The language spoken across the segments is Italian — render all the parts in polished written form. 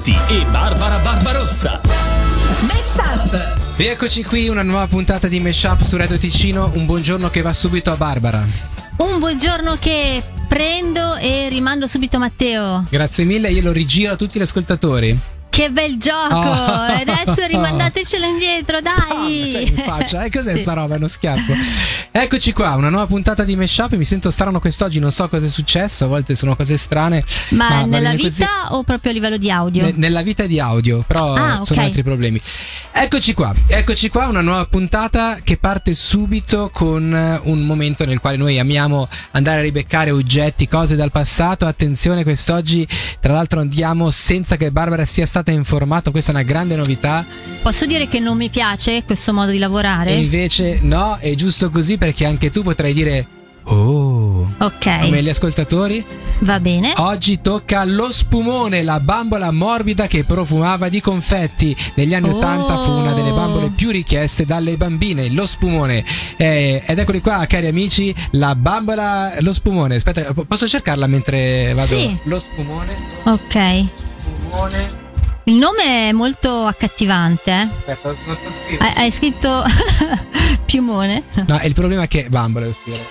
Giolitti e Barbara Barbarossa. Mashup. Rieccoci qui, una nuova puntata di Mashup su Radio Ticino. Un buongiorno che va subito a Barbara. Un buongiorno che prendo e rimando subito a Matteo. Grazie mille, io lo rigiro a tutti gli ascoltatori. Che bel gioco! Adesso rimandatecelo indietro, dai! In faccia. E cos'è Sì. sta roba? È uno schiaffo. Eccoci qua, una nuova puntata di Mashup. Mi sento strano quest'oggi, non so cosa è successo. A volte sono cose strane. Ma nella bene vita così. o proprio a livello di audio? Nella vita di audio, però sono ok. altri problemi. Eccoci qua, una nuova puntata che parte subito con un momento nel quale noi amiamo andare a ribeccare oggetti, cose dal passato. Attenzione, quest'oggi tra l'altro andiamo senza che Barbara sia stata informata, questa è una grande novità. Posso dire che non mi piace questo modo di lavorare? E invece no, è giusto così, perché anche tu potrai dire oh, Ok, come gli ascoltatori. va bene. Oggi tocca lo spumone, la bambola morbida che profumava di confetti. Negli anni 80 fu una delle bambole più richieste dalle bambine, lo spumone. Ed eccoli qua, cari amici, la bambola, lo spumone. Aspetta, posso cercarla mentre vado? Sì. Lo spumone. Ok. Spumone. Il nome è molto accattivante, eh? Aspetta, non sto scrivendo. Hai scritto piumone? No, il problema è che bambola devo scrivere.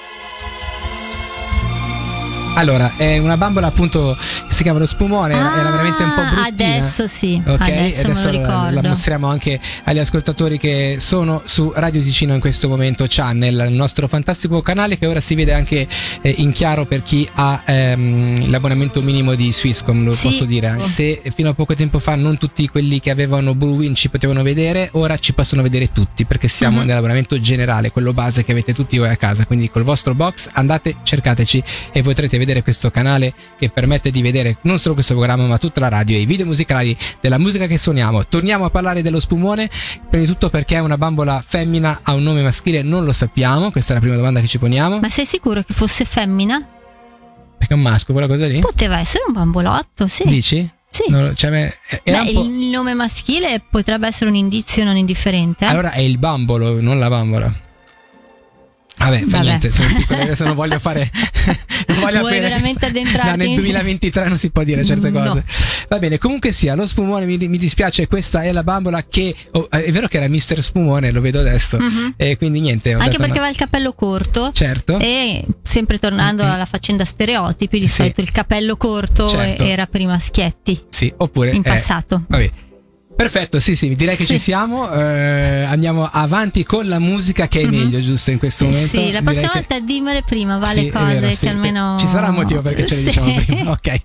Allora, è una bambola appunto che si chiama lo spumone, era veramente un po' bruttina. Adesso sì, Ok, adesso me lo ricordo. la mostriamo anche agli ascoltatori che sono su Radio Ticino in questo momento Channel, il nostro fantastico canale che ora si vede anche in chiaro per chi ha l'abbonamento minimo di Swisscom, lo Sì. posso dire. Se fino a poco tempo fa non tutti quelli che avevano Bluewin ci potevano vedere, ora ci possono vedere tutti, perché siamo nell'abbonamento generale, quello base che avete tutti voi a casa. Quindi col vostro box andate, cercateci e potrete vedere questo canale che permette di vedere non solo questo programma ma tutta la radio e i video musicali della musica che suoniamo. Torniamo a parlare dello spumone, prima di tutto perché è una bambola femmina, ha un nome maschile, non lo sappiamo, questa è la prima domanda che ci poniamo. Ma sei sicuro che fosse femmina? Perché è un maschio quella cosa lì? Poteva essere un bambolotto, sì. Dici? Sì. Era Beh, un po'... il nome maschile potrebbe essere un indizio non indifferente. Allora è il bambolo, non la bambola. Vabbè, fa niente, sono piccole, adesso non voglio fare. Non voglio Vuoi veramente addentrarti? No, nel 2023 non si può dire certe No. cose. Va bene, comunque sia, lo spumone mi dispiace, questa è la bambola che. È vero che era Mister Spumone, lo vedo adesso. E quindi niente. Ho Anche dato perché una- aveva il capello corto. Certo. E sempre tornando alla faccenda stereotipi, di Sì. solito il capello corto Certo. era per i maschietti Sì, oppure. in passato. Vabbè. Perfetto, sì, direi che Sì. ci siamo. Andiamo avanti con la musica che è meglio, giusto, in questo momento. Sì, la prossima Direi che- volta dimmele prima, va, Sì, le è cose vero, che sì. almeno. Ci sarà un motivo perché ce le Sì. diciamo prima. Ok.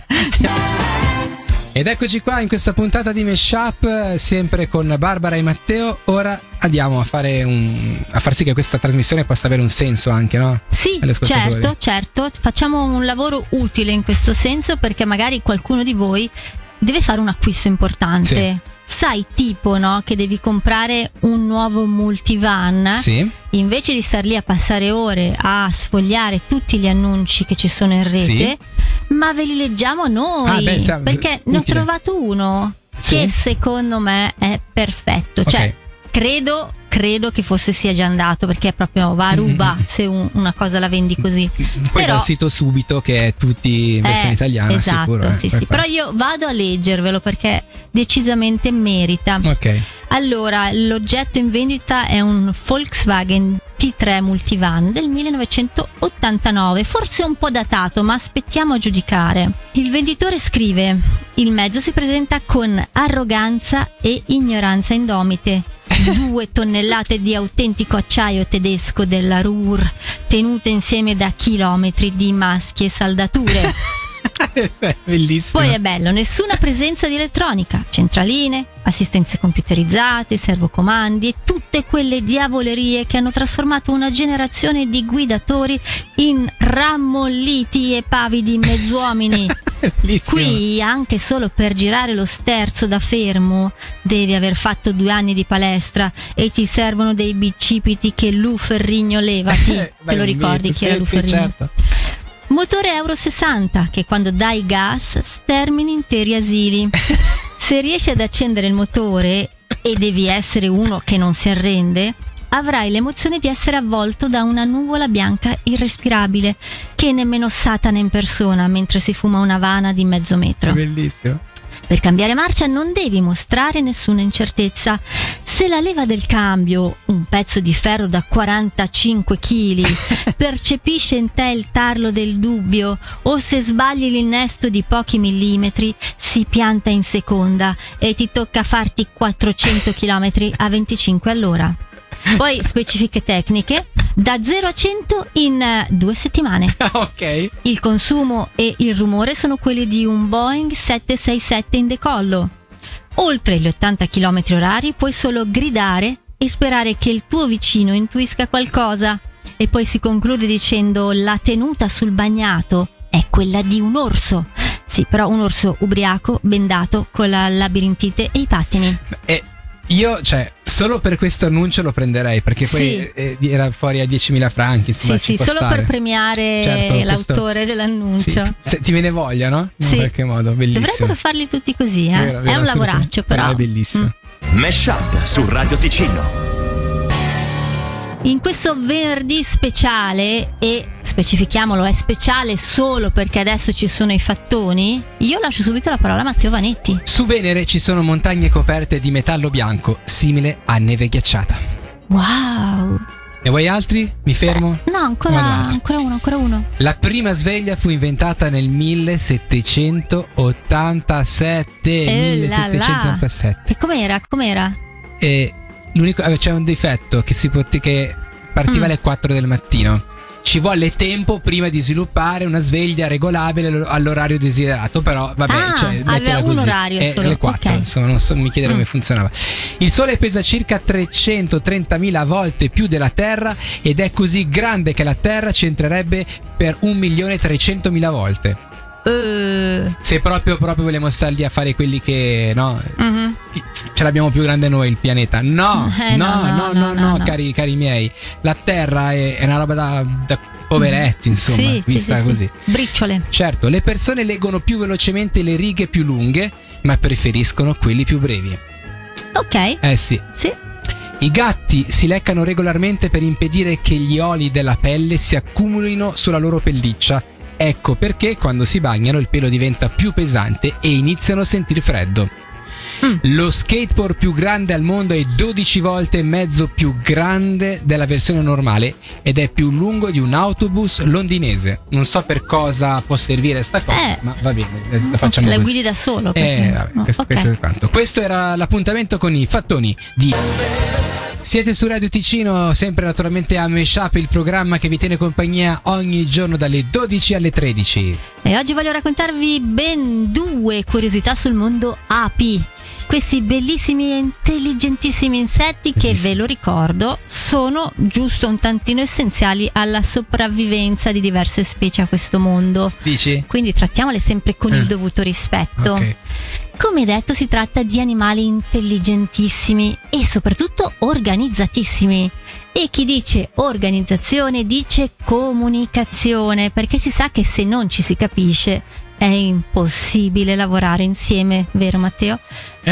Ed eccoci qua in questa puntata di Mashup, sempre con Barbara e Matteo. Ora andiamo a fare a far sì che questa trasmissione possa avere un senso anche, no? Sì, Agli ascoltatori. certo, facciamo un lavoro utile in questo senso, perché magari qualcuno di voi deve fare un acquisto importante. Sai, tipo, no, che devi comprare un nuovo multivan. Sì. Invece di star lì a passare ore a sfogliare tutti gli annunci che ci sono in rete, Sì. ma ve li leggiamo noi. Ah, beh, perché ne ho utile. trovato uno Sì. che secondo me è perfetto. Ok. Cioè, credo che forse sia già andato, perché proprio va a ruba se una cosa la vendi così. Poi dal sito Subito, che è tutti in versione italiana, esatto, sicuro. sì. Perfetto. Però io vado a leggervelo perché decisamente merita. Ok. Allora, l'oggetto in vendita è un Volkswagen T3 Multivan del 1989, forse un po' datato, ma aspettiamo a giudicare. Il venditore scrive: il mezzo si presenta con arroganza e ignoranza indomite. 2 tonnellate di autentico acciaio tedesco della Ruhr, tenute insieme da chilometri di maschi e saldature. Bellissimo. Poi è bello, nessuna presenza di elettronica, centraline, assistenze computerizzate, servocomandi e tutte quelle diavolerie che hanno trasformato una generazione di guidatori in rammolliti e pavidi mezzuomini. Bellissimo. Qui, anche solo per girare lo sterzo da fermo, devi aver fatto 2 anni di palestra e ti servono dei bicipiti che Lu Ferrigno levati. Te lo ricordi chi era Lu Ferrigno? Certo. Motore Euro 60 che quando dai gas stermini interi asili. Se riesci ad accendere il motore, e devi essere uno che non si arrende, avrai l'emozione di essere avvolto da una nuvola bianca irrespirabile che nemmeno Satana in persona mentre si fuma una vana di mezzo metro. Bellissimo. Per cambiare marcia non devi mostrare nessuna incertezza. Se la leva del cambio, un pezzo di ferro da 45 kg, percepisce in te il tarlo del dubbio, o se sbagli l'innesto di pochi millimetri, si pianta in seconda e ti tocca farti 400 km a 25 all'ora. Poi specifiche tecniche: da 0 a 100 in 2 settimane. Ok. Il consumo e il rumore sono quelli di un Boeing 767 in decollo. Oltre gli 80 km orari puoi solo gridare e sperare che il tuo vicino intuisca qualcosa. E poi si conclude dicendo: la tenuta sul bagnato è quella di un orso. Sì, però un orso ubriaco, bendato, con la labirintite e i pattini. Io, solo per questo annuncio lo prenderei, perché poi era fuori a 10.000 franchi. Insomma, sì, solo stare. per premiare l'autore dell'annuncio. Sì. Ti viene voglia, no? In qualche modo, bellissimo. Dovrebbero farli tutti così, eh? Vero, è un lavoraccio, però. È bellissimo. Mashup su Radio Ticino. In questo venerdì speciale, e specifichiamolo, è speciale solo perché adesso ci sono i fattoni, io lascio subito la parola a Matteo Vanetti. Su Venere ci sono montagne coperte di metallo bianco, simile a neve ghiacciata. Wow! E vuoi altri? Mi fermo? No, ancora uno. La prima sveglia fu inventata nel 1787. E com'era? E c'è un difetto che partiva alle 4 del mattino. Ci volle tempo prima di sviluppare una sveglia regolabile all'orario desiderato, però vabbè, aveva un orario solo alle 4, okay. Insomma, non so, mi chiedevo come funzionava. Il Sole pesa circa 330.000 volte più della Terra ed è così grande che la Terra ci entrerebbe per 1.300.000 volte. Se proprio vogliamo star lì a fare quelli che ce l'abbiamo più grande noi il pianeta. No, cari miei, la Terra è una roba da poveretti, insomma, vista così. Briciole. Certo, le persone leggono più velocemente le righe più lunghe, ma preferiscono quelli più brevi. Ok. Sì. I gatti si leccano regolarmente per impedire che gli oli della pelle si accumulino sulla loro pelliccia. Ecco perché quando si bagnano il pelo diventa più pesante e iniziano a sentire freddo. Lo skateboard più grande al mondo è 12 volte e mezzo più grande della versione normale ed è più lungo di un autobus londinese. Non so per cosa può servire sta cosa, ma va bene, lo facciamo così. La guidi da solo. Questo è quanto. Questo era l'appuntamento con i fattoni di... Siete su Radio Ticino, sempre naturalmente a Mashup, il programma che vi tiene compagnia ogni giorno dalle 12 alle 13. E oggi voglio raccontarvi ben 2 curiosità sul mondo api. Questi bellissimi e intelligentissimi insetti che, ve lo ricordo, sono giusto un tantino essenziali alla sopravvivenza di diverse specie a questo mondo. Dici? Quindi trattiamole sempre con il dovuto rispetto. Okay. Come detto, si tratta di animali intelligentissimi e soprattutto organizzatissimi. E chi dice organizzazione dice comunicazione, perché si sa che se non ci si capisce è impossibile lavorare insieme, vero Matteo?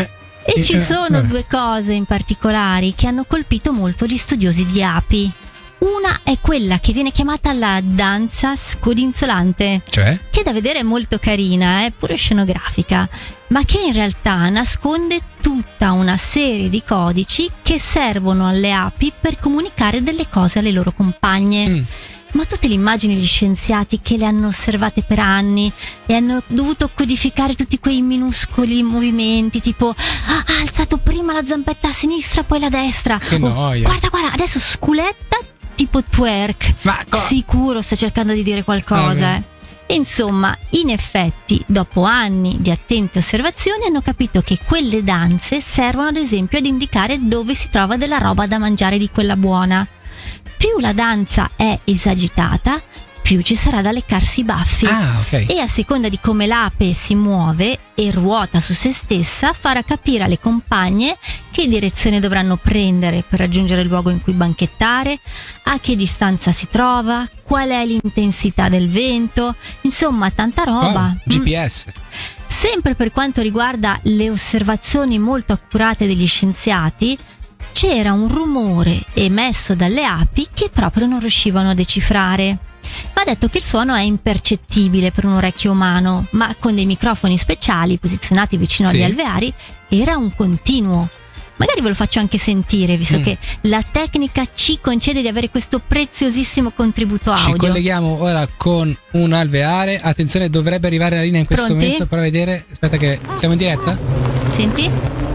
E ci sono 2 cose in particolare che hanno colpito molto gli studiosi di api. Una è quella che viene chiamata la danza scodinzolante, cioè? Che da vedere è molto carina, è pure scenografica, ma che in realtà nasconde tutta una serie di codici che servono alle api per comunicare delle cose alle loro compagne. Ma tu te li immagini gli scienziati che le hanno osservate per anni e hanno dovuto codificare tutti quei minuscoli movimenti, tipo ha alzato prima la zampetta a sinistra poi la destra, che noia. Guarda, adesso sculetta tipo twerk. Sicuro sta cercando di dire qualcosa. Insomma, in effetti, dopo anni di attente osservazioni hanno capito che quelle danze servono ad esempio ad indicare dove si trova della roba da mangiare di quella buona. Più la danza è esagitata, più ci sarà da leccarsi i baffi. E a seconda di come l'ape si muove e ruota su se stessa, farà capire alle compagne che direzione dovranno prendere per raggiungere il luogo in cui banchettare, a che distanza si trova, qual è l'intensità del vento, insomma tanta roba. GPS. Sempre per quanto riguarda le osservazioni molto accurate degli scienziati, c'era un rumore emesso dalle api che proprio non riuscivano a decifrare. Va detto che il suono è impercettibile per un orecchio umano, ma con dei microfoni speciali posizionati vicino agli alveari era un continuo. Magari ve lo faccio anche sentire, visto che la tecnica ci concede di avere questo preziosissimo contributo audio. Ci colleghiamo ora con un alveare. Attenzione, dovrebbe arrivare la linea in questo momento. Prova a vedere. Aspetta che siamo in diretta. Senti?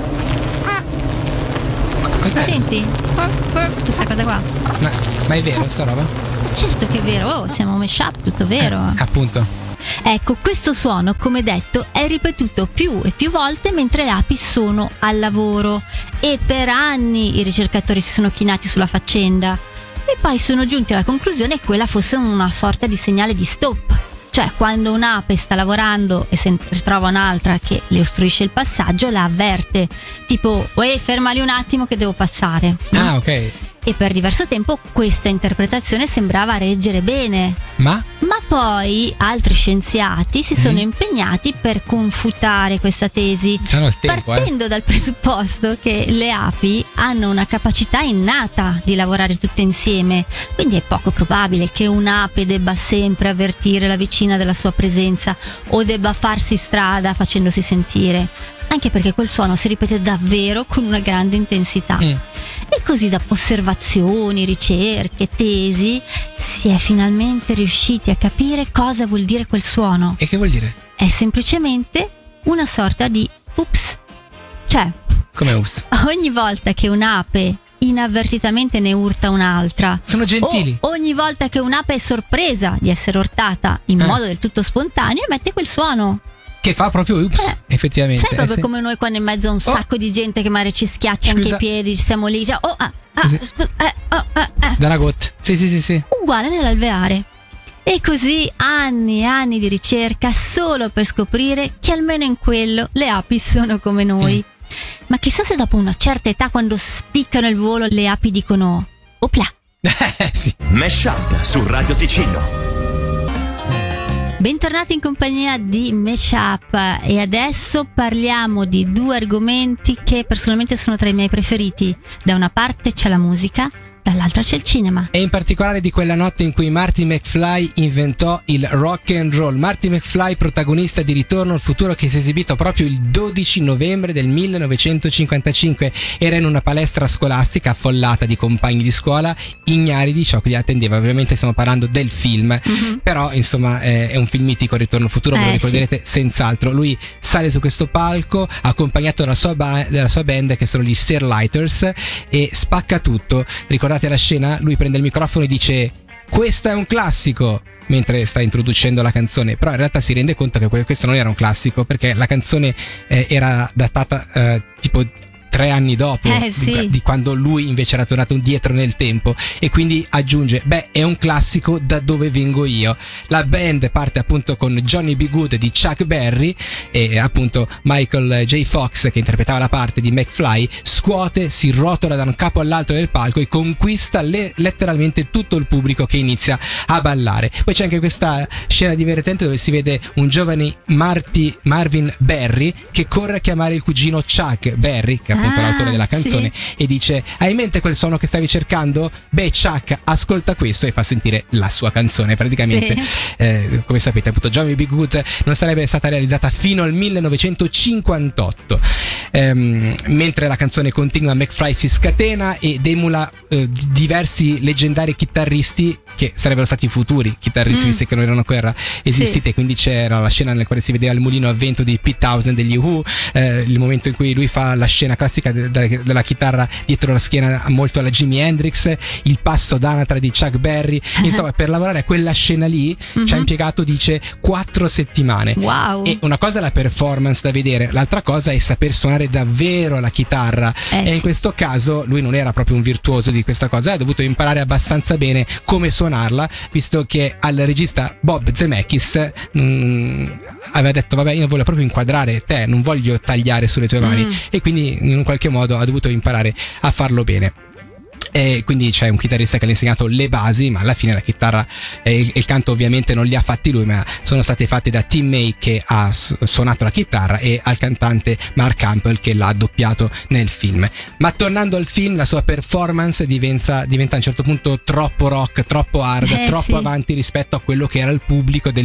Cos'è? Senti? Questa cosa qua. Ma è vero sta roba? Certo che è vero, siamo mashup, tutto vero. Appunto. Ecco, questo suono, come detto, è ripetuto più e più volte mentre le api sono al lavoro, e per anni i ricercatori si sono chinati sulla faccenda e poi sono giunti alla conclusione che quella fosse una sorta di segnale di stop. Cioè, quando un'ape sta lavorando e se trova un'altra che le ostruisce il passaggio, la avverte, tipo fermali un attimo che devo passare. Ah, ok. E per diverso tempo questa interpretazione sembrava reggere bene. Ma poi altri scienziati si sono impegnati per confutare questa tesi, partendo dal presupposto che le api hanno una capacità innata di lavorare tutte insieme, quindi è poco probabile che un'ape debba sempre avvertire la vicina della sua presenza o debba farsi strada facendosi sentire, anche perché quel suono si ripete davvero con una grande intensità. E così, da osservazioni, ricerche, tesi, si è finalmente riusciti a capire cosa vuol dire quel suono. E che vuol dire? È semplicemente una sorta di ups. Cioè, come ups? Ogni volta che un'ape inavvertitamente ne urta un'altra, sono gentili, o ogni volta che un'ape è sorpresa di essere urtata in modo del tutto spontaneo, emette quel suono. Che fa proprio ups, effettivamente. Sai, proprio come noi quando in mezzo a un sacco di gente che magari ci schiaccia anche i piedi, siamo lì già. Da una goccia. Sì. Uguale nell'alveare. E così anni e anni di ricerca solo per scoprire che almeno in quello le api sono come noi. Ma chissà se dopo una certa età, quando spiccano il volo, le api dicono opla. Sì. Mashup su Radio Ticino. Bentornati in compagnia di Mashup, e adesso parliamo di due argomenti che personalmente sono tra i miei preferiti. Da una parte c'è la musica, dall'altra c'è il cinema. E in particolare di quella notte in cui Marty McFly inventò il rock and roll. Marty McFly, protagonista di Ritorno al futuro, che si è esibito proprio il 12 novembre del 1955. Era in una palestra scolastica affollata di compagni di scuola, ignari di ciò che li attendeva. Ovviamente stiamo parlando del film, però insomma è un film mitico, Ritorno al futuro, ve lo ricorderete senz'altro. Lui sale su questo palco accompagnato dalla sua band, che sono gli Starlighters, e spacca tutto. Ricordate la scena? Lui prende il microfono e dice: questo è un classico, mentre sta introducendo la canzone. Però in realtà si rende conto che questo non era un classico, perché la canzone era datata tipo 3 anni dopo di quando lui invece era tornato indietro nel tempo, e quindi aggiunge: beh, è un classico da dove vengo io. La band parte appunto con Johnny B. Good di Chuck Berry, e appunto Michael J. Fox, che interpretava la parte di McFly, scuote, si rotola da un capo all'altro del palco e conquista letteralmente tutto il pubblico, che inizia a ballare. Poi c'è anche questa scena divertente dove si vede un giovane Marvin Berry che corre a chiamare il cugino Chuck Berry, che appunto l'autore della canzone, e dice: hai in mente quel suono che stavi cercando? Beh, Chuck, ascolta questo, e fa sentire la sua canzone. Praticamente come sapete, appunto, Johnny B. Good non sarebbe stata realizzata fino al 1958. Mentre la canzone continua, McFly si scatena ed emula diversi leggendari chitarristi che sarebbero stati i futuri chitarristi, visto che non erano ancora esistiti. Quindi c'era la scena nella quale si vedeva il mulino a vento di Pete Townshend degli Who, il momento in cui lui fa la scena classica della chitarra dietro la schiena molto alla Jimi Hendrix, il passo d'anatra di Chuck Berry. Insomma, per lavorare a quella scena lì ci ha impiegato, dice, 4 settimane. Wow. E una cosa è la performance da vedere, l'altra cosa è saper suonare davvero la chitarra, e in questo caso lui non era proprio un virtuoso di questa cosa, ha dovuto imparare abbastanza bene come suonarla, visto che al regista Bob Zemeckis aveva detto: vabbè, io voglio proprio inquadrare te, non voglio tagliare sulle tue mani, e quindi in un qualche modo ha dovuto imparare a farlo bene. E quindi c'è un chitarrista che le ha insegnato le basi, ma alla fine la chitarra e il canto ovviamente non li ha fatti lui, ma sono stati fatti da Tim May, che ha suonato la chitarra, e al cantante Mark Campbell, che l'ha doppiato nel film. Ma tornando al film, la sua performance diventa a un certo punto troppo rock, troppo hard, troppo avanti rispetto a quello che era il pubblico del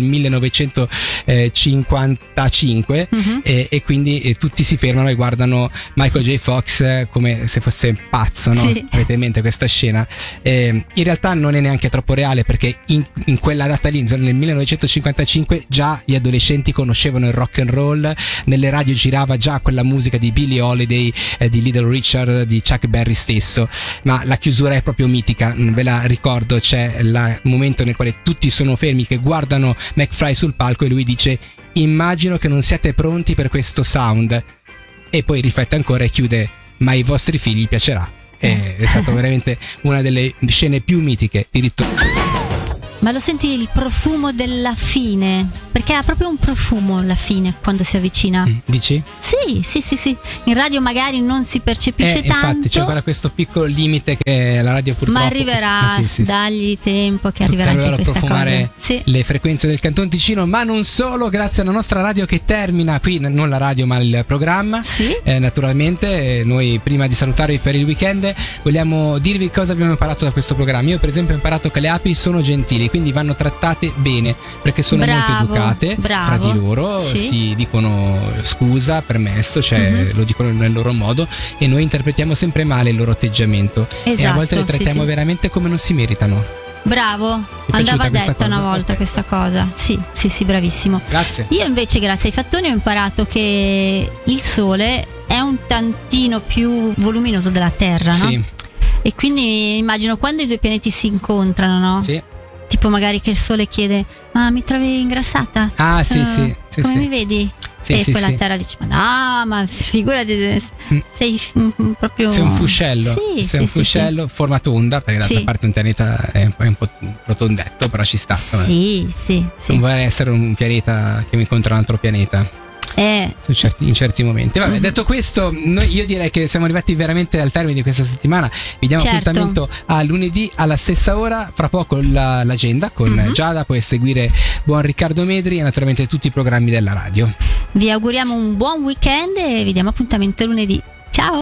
1955, e quindi tutti si fermano e guardano Michael J. Fox come se fosse pazzo, no? Sì. Avete in mente questa scena? In realtà non è neanche troppo reale, perché in quella data lì, nel 1955, già gli adolescenti conoscevano il rock and roll, nelle radio girava già quella musica di Billie Holiday, di Little Richard, di Chuck Berry stesso. Ma la chiusura è proprio mitica, ve la ricordo, c'è il momento nel quale tutti sono fermi, che guardano McFly sul palco, e lui dice: immagino che non siate pronti per questo sound, e poi riflette ancora e chiude: ma ai vostri figli piacerà. È stata veramente una delle scene più mitiche di Ritorno. Ma lo senti il profumo della fine? Perché ha proprio un profumo la fine quando si avvicina. Dici? Sì. In radio magari non si percepisce tanto. Infatti c'è ancora questo piccolo limite che la radio purtroppo... Ma arriverà, sì. dagli tempo che arriverà anche questa profumare cosa. Le frequenze del Canton Ticino, ma non solo, grazie alla nostra radio che termina qui, non la radio ma il programma. Sì. Naturalmente noi, prima di salutarvi per il weekend, vogliamo dirvi cosa abbiamo imparato da questo programma. Io per esempio ho imparato che le api sono gentili, quindi vanno trattate bene, perché sono molto educate fra di loro, si dicono scusa, permesso, cioè lo dicono nel loro modo, e noi interpretiamo sempre male il loro atteggiamento, e a volte le trattiamo veramente come non si meritano. Bravo, andava detta una volta questa cosa. Sì, bravissimo. Grazie. Io invece, grazie ai fattoni, ho imparato che il Sole è un tantino più voluminoso della Terra, no? Sì. E quindi immagino quando i due pianeti si incontrano, no? Sì. Tipo magari che il Sole chiede: ma mi trovi ingrassata? Ah, sì. Come mi vedi? E poi la Terra dice: ma no, ma figurati, sei proprio... Sei un fuscello. Sei un fuscello formato onda, perché d'altra parte un pianeta è un po' rotondetto, però ci sta. Sì. Non vorrei essere un pianeta che mi incontra un altro pianeta. In certi momenti. Vabbè, detto questo, io direi che siamo arrivati veramente al termine di questa settimana. Vi diamo appuntamento a lunedì alla stessa ora. Fra poco l'agenda con Giada, poi seguire buon Riccardo Medri e naturalmente tutti i programmi della radio. Vi auguriamo un buon weekend e vi diamo appuntamento lunedì. Ciao!